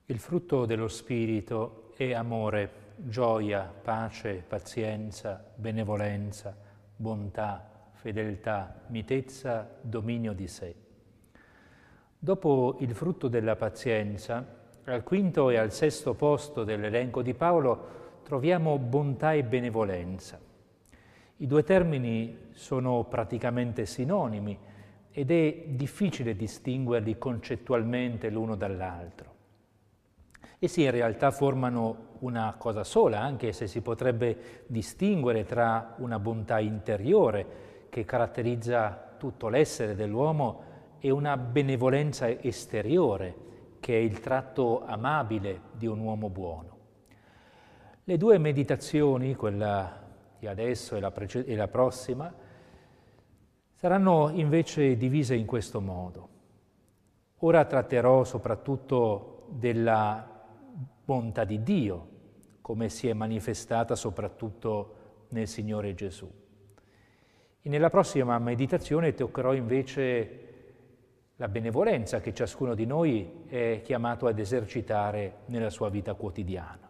Il frutto dello Spirito è amore, gioia, pace, pazienza, benevolenza, bontà, fedeltà, mitezza, dominio di sé. Dopo il frutto della pazienza, al quinto e al sesto posto dell'elenco di Paolo troviamo bontà e benevolenza. I due termini sono praticamente sinonimi ed è difficile distinguerli concettualmente l'uno dall'altro. Essi in realtà formano una cosa sola, anche se si potrebbe distinguere tra una bontà interiore che caratterizza tutto l'essere dell'uomo e una benevolenza esteriore, che è il tratto amabile di un uomo buono. Le due meditazioni, quella di adesso e la prossima, saranno invece divise in questo modo. Ora tratterò soprattutto della bontà di Dio, come si è manifestata soprattutto nel Signore Gesù. E nella prossima meditazione toccherò invece la benevolenza che ciascuno di noi è chiamato ad esercitare nella sua vita quotidiana.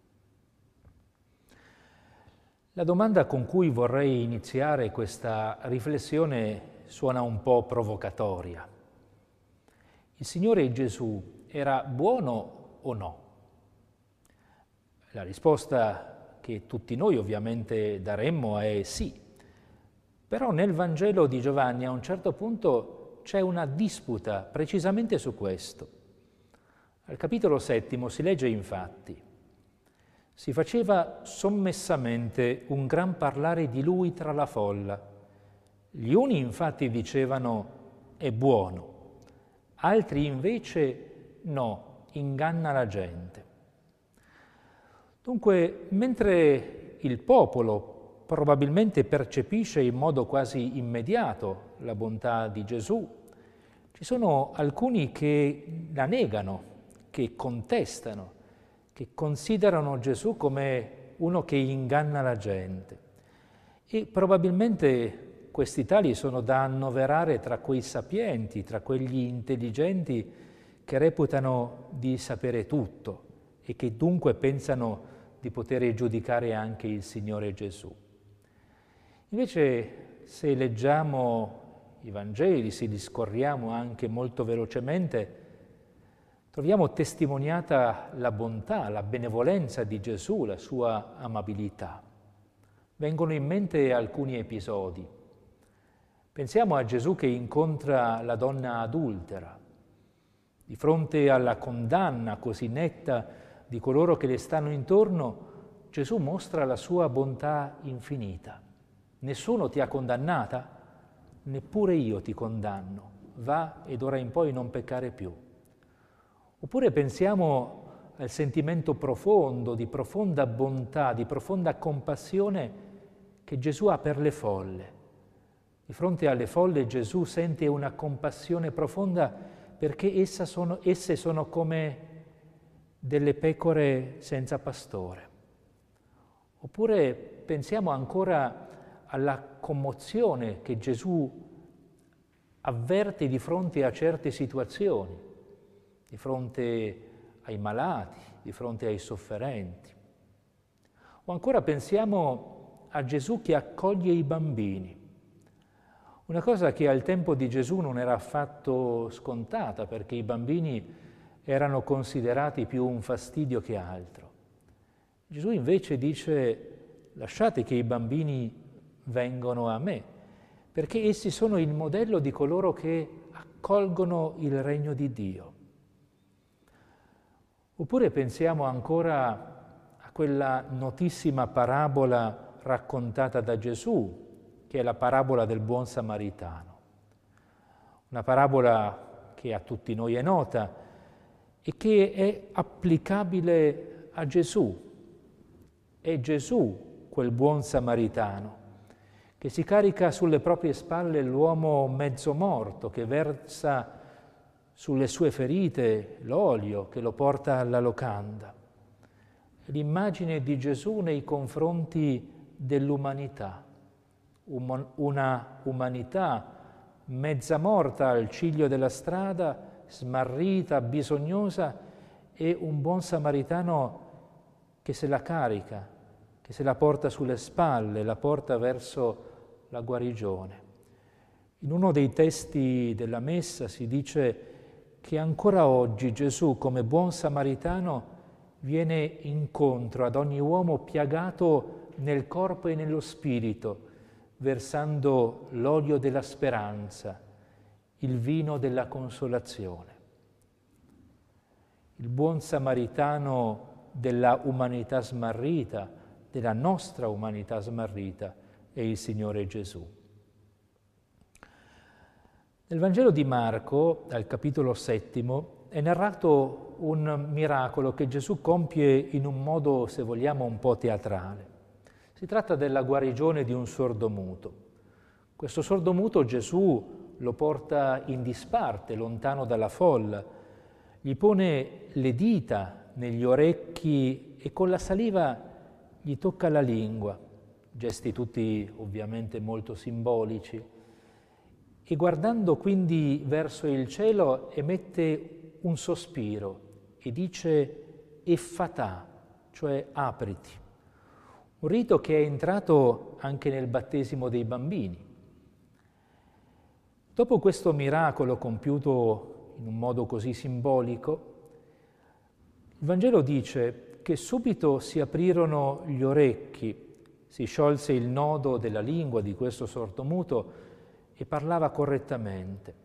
La domanda con cui vorrei iniziare questa riflessione suona un po' provocatoria. Il Signore Gesù era buono o no? La risposta che tutti noi ovviamente daremmo è sì. Però nel Vangelo di Giovanni a un certo punto c'è una disputa precisamente su questo. Al capitolo 7 si legge infatti: si faceva sommessamente un gran parlare di lui tra la folla. Gli uni infatti dicevano è buono, altri invece no, inganna la gente. Dunque, mentre il popolo probabilmente percepisce in modo quasi immediato la bontà di Gesù, ci sono alcuni che la negano, che contestano, che considerano Gesù come uno che inganna la gente. E probabilmente questi tali sono da annoverare tra quei sapienti, tra quegli intelligenti che reputano di sapere tutto e che dunque pensano di poter giudicare anche il Signore Gesù. Invece, se leggiamo i Vangeli, se li scorriamo anche molto velocemente, troviamo testimoniata la bontà, la benevolenza di Gesù, la sua amabilità. Vengono in mente alcuni episodi. Pensiamo a Gesù che incontra la donna adultera. Di fronte alla condanna così netta di coloro che le stanno intorno, Gesù mostra la sua bontà infinita. Nessuno ti ha condannata? Neppure io ti condanno. Va ed ora in poi non peccare più. Oppure pensiamo al sentimento profondo, di profonda bontà, di profonda compassione che Gesù ha per le folle. Di fronte alle folle Gesù sente una compassione profonda perché esse sono come delle pecore senza pastore. Oppure pensiamo ancora alla commozione che Gesù avverte di fronte a certe situazioni, di fronte ai malati, di fronte ai sofferenti. O ancora pensiamo a Gesù che accoglie i bambini, una cosa che al tempo di Gesù non era affatto scontata, perché i bambini erano considerati più un fastidio che altro. Gesù invece dice: lasciate che i bambini vengano a me, perché essi sono il modello di coloro che accolgono il regno di Dio. Oppure pensiamo ancora a quella notissima parabola raccontata da Gesù, che è la parabola del buon samaritano. Una parabola che a tutti noi è nota e che è applicabile a Gesù. È Gesù quel buon samaritano che si carica sulle proprie spalle l'uomo mezzo morto, che versa sulle sue ferite l'olio, che lo porta alla locanda. È l'immagine di Gesù nei confronti dell'umanità, una umanità mezza morta al ciglio della strada, smarrita, bisognosa è un buon samaritano che se la carica, che se la porta sulle spalle, la porta verso la guarigione. In uno dei testi della Messa si dice che ancora oggi Gesù, come buon samaritano, viene incontro ad ogni uomo piagato nel corpo e nello spirito, versando l'olio della speranza, il vino della consolazione. Il buon samaritano della umanità smarrita, della nostra umanità smarrita, è il Signore Gesù. Nel Vangelo di Marco, al capitolo 7, è narrato un miracolo che Gesù compie in un modo, se vogliamo, un po' teatrale. Si tratta della guarigione di un sordomuto. Questo sordomuto Gesù lo porta in disparte, lontano dalla folla, gli pone le dita negli orecchi e con la saliva gli tocca la lingua, gesti tutti ovviamente molto simbolici, e guardando quindi verso il cielo emette un sospiro e dice Effatà, cioè apriti, un rito che è entrato anche nel battesimo dei bambini. Dopo questo miracolo compiuto in un modo così simbolico, il Vangelo dice che subito si aprirono gli orecchi, si sciolse il nodo della lingua di questo sordomuto e parlava correttamente.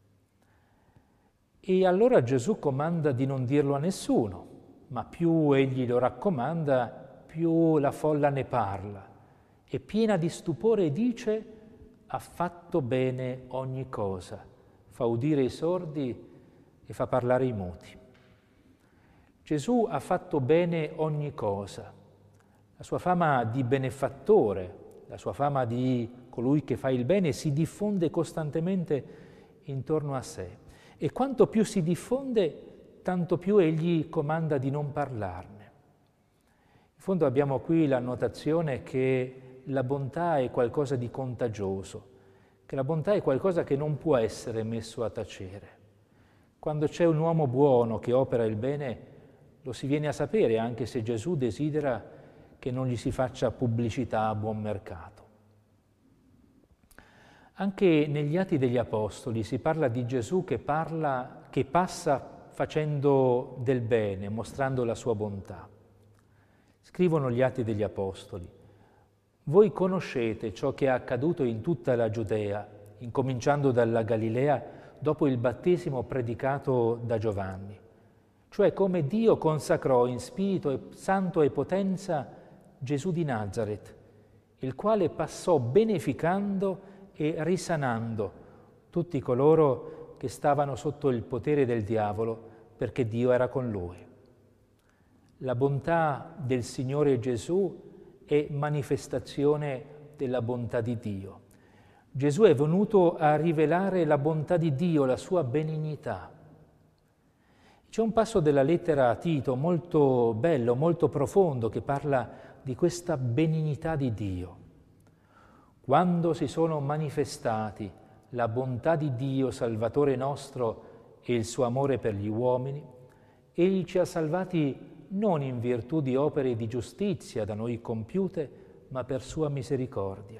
E allora Gesù comanda di non dirlo a nessuno, ma più egli lo raccomanda, più la folla ne parla. E piena di stupore dice: ha fatto bene ogni cosa, fa udire i sordi e fa parlare i muti. Gesù ha fatto bene ogni cosa. La sua fama di benefattore, la sua fama di colui che fa il bene si diffonde costantemente intorno a sé. E quanto più si diffonde, tanto più egli comanda di non parlarne. In fondo abbiamo qui l'annotazione che la bontà è qualcosa di contagioso, che la bontà è qualcosa che non può essere messo a tacere. Quando c'è un uomo buono che opera il bene, lo si viene a sapere, anche se Gesù desidera che non gli si faccia pubblicità a buon mercato. Anche negli Atti degli Apostoli si parla di Gesù che passa facendo del bene, mostrando la sua bontà. Scrivono gli Atti degli Apostoli: voi conoscete ciò che è accaduto in tutta la Giudea, incominciando dalla Galilea, dopo il battesimo predicato da Giovanni, cioè come Dio consacrò in spirito santo e potenza Gesù di Nazaret, il quale passò beneficando e risanando tutti coloro che stavano sotto il potere del diavolo, perché Dio era con lui. La bontà del Signore Gesù è manifestazione della bontà di Dio. Gesù è venuto a rivelare la bontà di Dio, la sua benignità. C'è un passo della lettera a Tito molto bello, molto profondo, che parla di questa benignità di Dio. Quando si sono manifestati la bontà di Dio, Salvatore nostro, e il suo amore per gli uomini, Egli ci ha salvati non in virtù di opere di giustizia da noi compiute, ma per sua misericordia.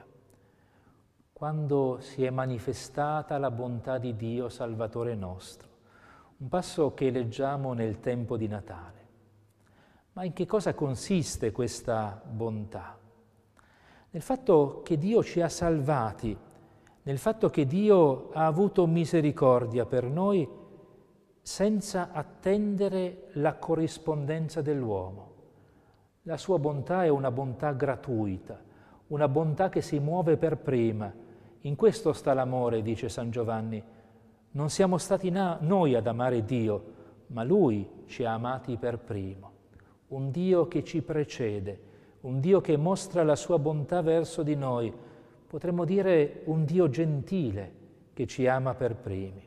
Quando si è manifestata la bontà di Dio, Salvatore nostro. Un passo che leggiamo nel tempo di Natale. Ma in che cosa consiste questa bontà? Nel fatto che Dio ci ha salvati, nel fatto che Dio ha avuto misericordia per noi senza attendere la corrispondenza dell'uomo. La sua bontà è una bontà gratuita, una bontà che si muove per prima. In questo sta l'amore, dice San Giovanni. Non siamo stati noi ad amare Dio, ma Lui ci ha amati per primo. Un Dio che ci precede, un Dio che mostra la sua bontà verso di noi, potremmo dire un Dio gentile che ci ama per primi.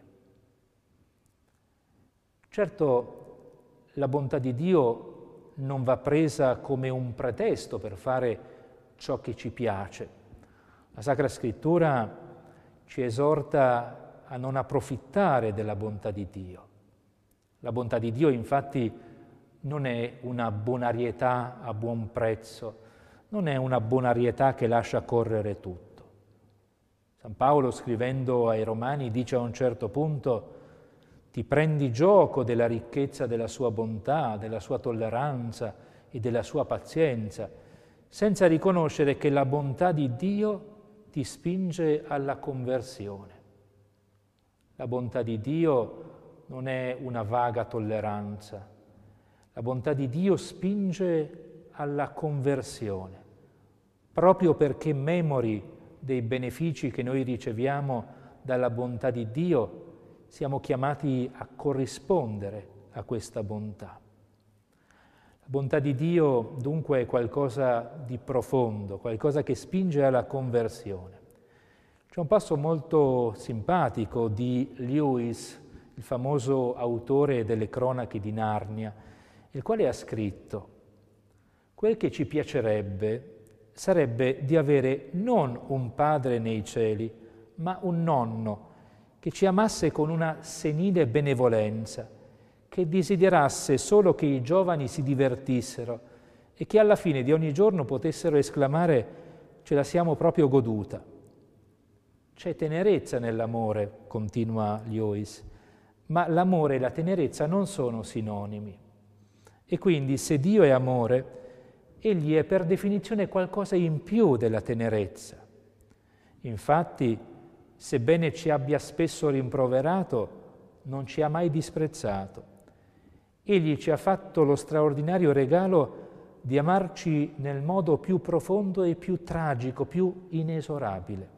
Certo, la bontà di Dio non va presa come un pretesto per fare ciò che ci piace. La Sacra Scrittura ci esorta a non approfittare della bontà di Dio. La bontà di Dio, infatti, non è una bonarietà a buon prezzo, non è una bonarietà che lascia correre tutto. San Paolo, scrivendo ai Romani, dice a un certo punto: ti prendi gioco della ricchezza della sua bontà, della sua tolleranza e della sua pazienza, senza riconoscere che la bontà di Dio ti spinge alla conversione. La bontà di Dio non è una vaga tolleranza. La bontà di Dio spinge alla conversione, proprio perché memori dei benefici che noi riceviamo dalla bontà di Dio, siamo chiamati a corrispondere a questa bontà. La bontà di Dio dunque è qualcosa di profondo, qualcosa che spinge alla conversione. C'è un passo molto simpatico di Lewis, il famoso autore delle Cronache di Narnia, il quale ha scritto: quel che ci piacerebbe sarebbe di avere non un padre nei cieli, ma un nonno che ci amasse con una senile benevolenza, che desiderasse solo che i giovani si divertissero e che alla fine di ogni giorno potessero esclamare: ce la siamo proprio goduta. C'è tenerezza nell'amore, continua Lewis, ma l'amore e la tenerezza non sono sinonimi. E quindi se Dio è amore, Egli è per definizione qualcosa in più della tenerezza. Infatti, sebbene ci abbia spesso rimproverato, non ci ha mai disprezzato. Egli ci ha fatto lo straordinario regalo di amarci nel modo più profondo e più tragico, più inesorabile.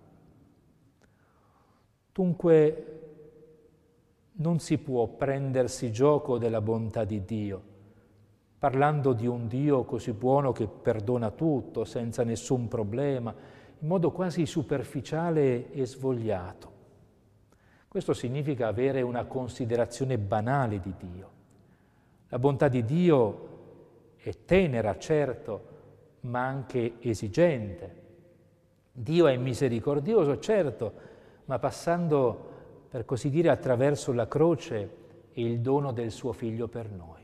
Dunque non si può prendersi gioco della bontà di Dio, parlando di un Dio così buono che perdona tutto senza nessun problema, in modo quasi superficiale e svogliato. Questo significa avere una considerazione banale di Dio. La bontà di Dio è tenera, certo, ma anche esigente. Dio è misericordioso, certo, ma passando, per così dire, attraverso la croce e il dono del suo Figlio per noi.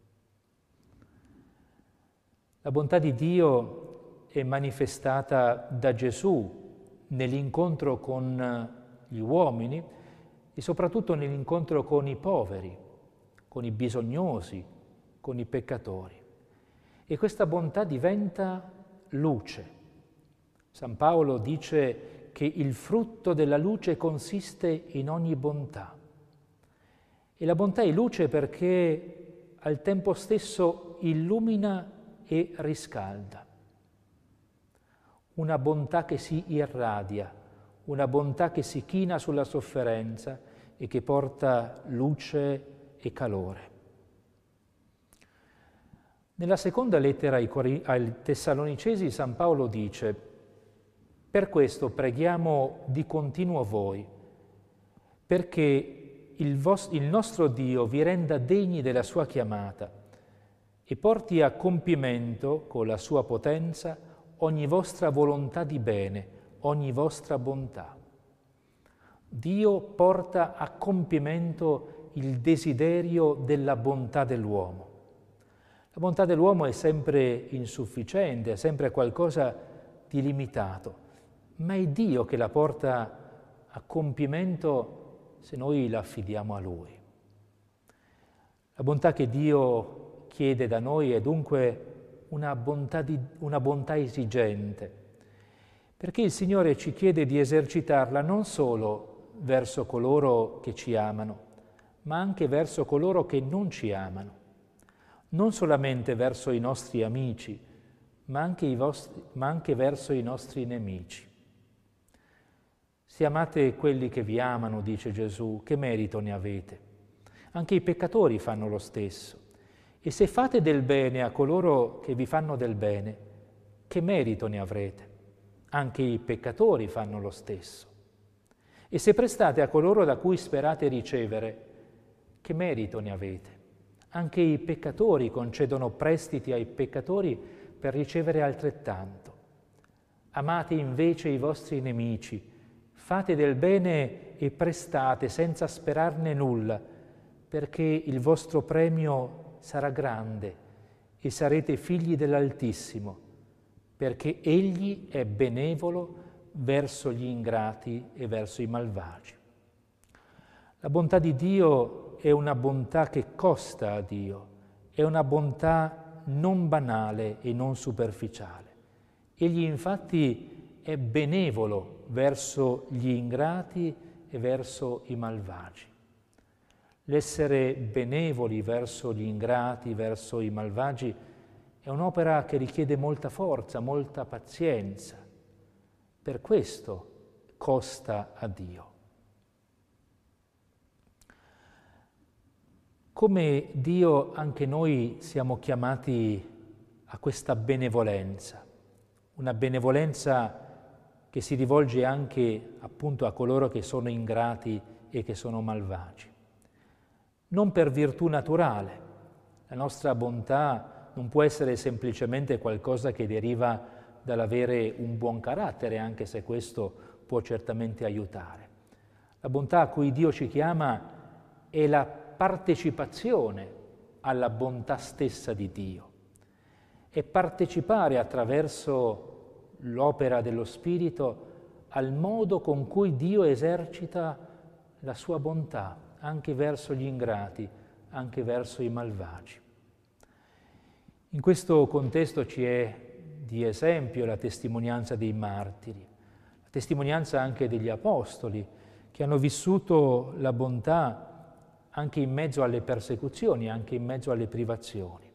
La bontà di Dio è manifestata da Gesù nell'incontro con gli uomini e soprattutto nell'incontro con i poveri, con i bisognosi, con i peccatori. E questa bontà diventa luce. San Paolo dice che il frutto della luce consiste in ogni bontà. E la bontà è luce perché al tempo stesso illumina e riscalda. Una bontà che si irradia, una bontà che si china sulla sofferenza e che porta luce e calore. Nella seconda lettera ai Tessalonicesi San Paolo dice: per questo preghiamo di continuo voi, perché il nostro Dio vi renda degni della sua chiamata e porti a compimento con la sua potenza ogni vostra volontà di bene, ogni vostra bontà. Dio porta a compimento il desiderio della bontà dell'uomo. La bontà dell'uomo è sempre insufficiente, è sempre qualcosa di limitato, ma è Dio che la porta a compimento se noi la affidiamo a Lui. La bontà che Dio chiede da noi è dunque una bontà esigente, perché il Signore ci chiede di esercitarla non solo verso coloro che ci amano, ma anche verso coloro che non ci amano, non solamente verso i nostri amici, ma anche verso i nostri nemici. Se amate quelli che vi amano, dice Gesù, che merito ne avete? Anche i peccatori fanno lo stesso. E se fate del bene a coloro che vi fanno del bene, che merito ne avrete? Anche i peccatori fanno lo stesso. E se prestate a coloro da cui sperate ricevere, che merito ne avete? Anche i peccatori concedono prestiti ai peccatori per ricevere altrettanto. Amate invece i vostri nemici, fate del bene e prestate senza sperarne nulla, perché il vostro premio sarà grande e sarete figli dell'Altissimo, perché Egli è benevolo verso gli ingrati e verso i malvagi. La bontà di Dio è una bontà che costa a Dio, è una bontà non banale e non superficiale. Egli infatti è benevolo verso gli ingrati e verso i malvagi. L'essere benevoli verso gli ingrati, verso i malvagi, è un'opera che richiede molta forza, molta pazienza. Per questo costa a Dio. Come Dio, anche noi siamo chiamati a questa benevolenza, una benevolenza che si rivolge anche appunto a coloro che sono ingrati e che sono malvagi. Non per virtù naturale. La nostra bontà non può essere semplicemente qualcosa che deriva dall'avere un buon carattere, anche se questo può certamente aiutare. La bontà a cui Dio ci chiama è la partecipazione alla bontà stessa di Dio. È partecipare attraverso l'opera dello Spirito al modo con cui Dio esercita la sua bontà, anche verso gli ingrati, anche verso i malvagi. In questo contesto ci è di esempio la testimonianza dei martiri, la testimonianza anche degli apostoli, che hanno vissuto la bontà anche in mezzo alle persecuzioni, anche in mezzo alle privazioni.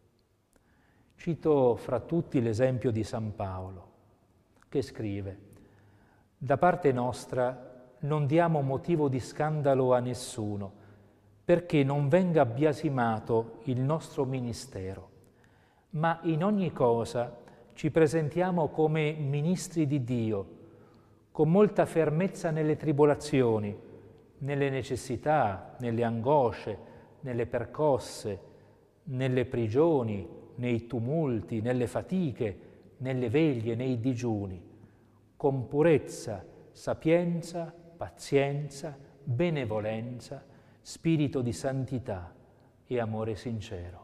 Cito fra tutti l'esempio di San Paolo, che scrive: «Da parte nostra non diamo motivo di scandalo a nessuno, perché non venga biasimato il nostro ministero, ma in ogni cosa ci presentiamo come ministri di Dio, con molta fermezza nelle tribolazioni, nelle necessità, nelle angosce, nelle percosse, nelle prigioni, nei tumulti, nelle fatiche, nelle veglie, nei digiuni, con purezza, sapienza, pazienza, benevolenza, spirito di santità e amore sincero».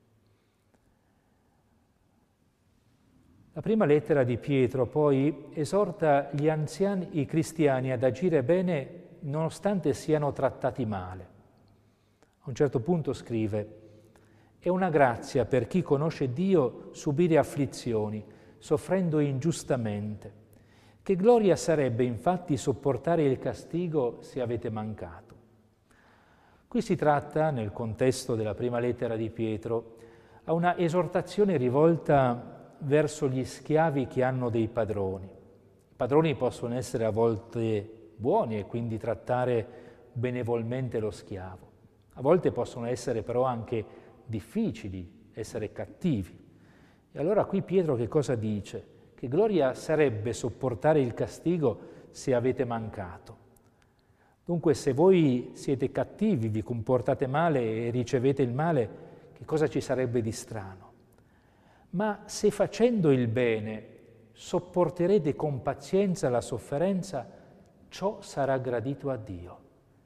La prima lettera di Pietro poi esorta gli anziani, i cristiani, ad agire bene nonostante siano trattati male. A un certo punto scrive: «È una grazia per chi conosce Dio subire afflizioni, soffrendo ingiustamente. Che gloria sarebbe infatti sopportare il castigo se avete mancato». Qui si tratta, nel contesto della prima lettera di Pietro, a una esortazione rivolta verso gli schiavi che hanno dei padroni. I padroni possono essere a volte buoni e quindi trattare benevolmente lo schiavo. A volte possono essere però anche difficili, essere cattivi. E allora qui Pietro che cosa dice? Che gloria sarebbe sopportare il castigo se avete mancato. Dunque, se voi siete cattivi, vi comportate male e ricevete il male, che cosa ci sarebbe di strano? Ma se facendo il bene sopporterete con pazienza la sofferenza, ciò sarà gradito a Dio.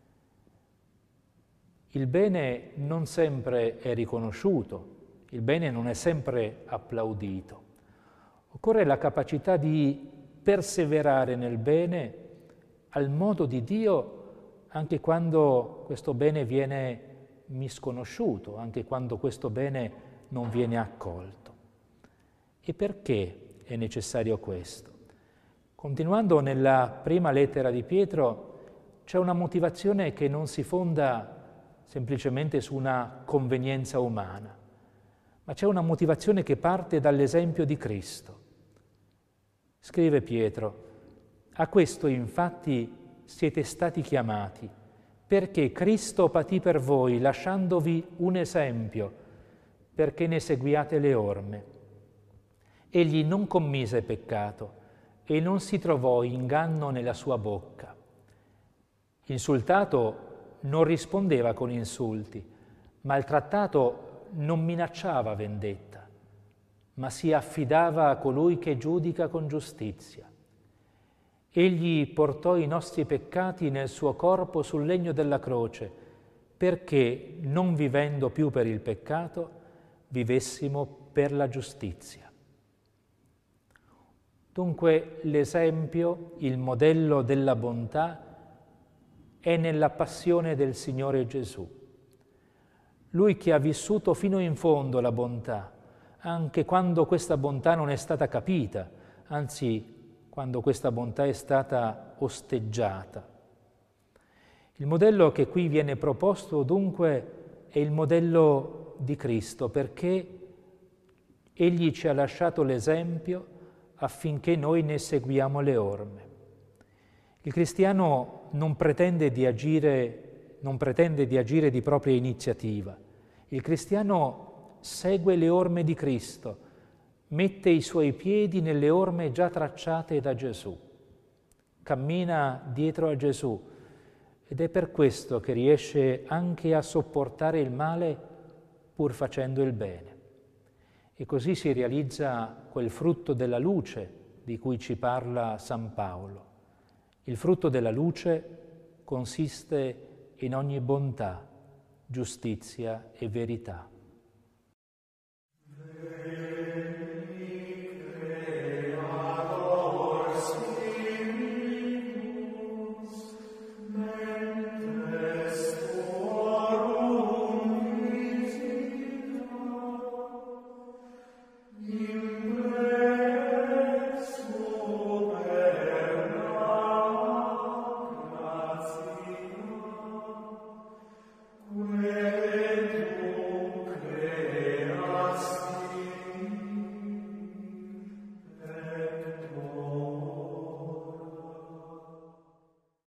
Il bene non sempre è riconosciuto, il bene non è sempre applaudito. Occorre la capacità di perseverare nel bene al modo di Dio, anche quando questo bene viene misconosciuto, anche quando questo bene non viene accolto. E perché è necessario questo? Continuando nella prima lettera di Pietro, c'è una motivazione che non si fonda semplicemente su una convenienza umana, ma c'è una motivazione che parte dall'esempio di Cristo. Scrive Pietro: «A questo infatti siete stati chiamati, perché Cristo patì per voi, lasciandovi un esempio, perché ne seguiate le orme. Egli non commise peccato e non si trovò inganno nella sua bocca. Insultato non rispondeva con insulti, maltrattato non minacciava vendetta, ma si affidava a colui che giudica con giustizia. Egli portò i nostri peccati nel suo corpo sul legno della croce, perché non vivendo più per il peccato, vivessimo per la giustizia. Dunque l'esempio, il modello della bontà è nella passione del Signore Gesù. Lui che ha vissuto fino in fondo la bontà, anche quando questa bontà non è stata capita, anzi quando questa bontà è stata osteggiata. Il modello che qui viene proposto dunque è il modello di Cristo, perché Egli ci ha lasciato l'esempio affinché noi ne seguiamo le orme. Il cristiano non pretende di agire di propria iniziativa. Il cristiano segue le orme di Cristo, mette i suoi piedi nelle orme già tracciate da Gesù, cammina dietro a Gesù ed è per questo che riesce anche a sopportare il male pur facendo il bene. E così si realizza quel frutto della luce di cui ci parla San Paolo. Il frutto della luce consiste in ogni bontà, giustizia e verità.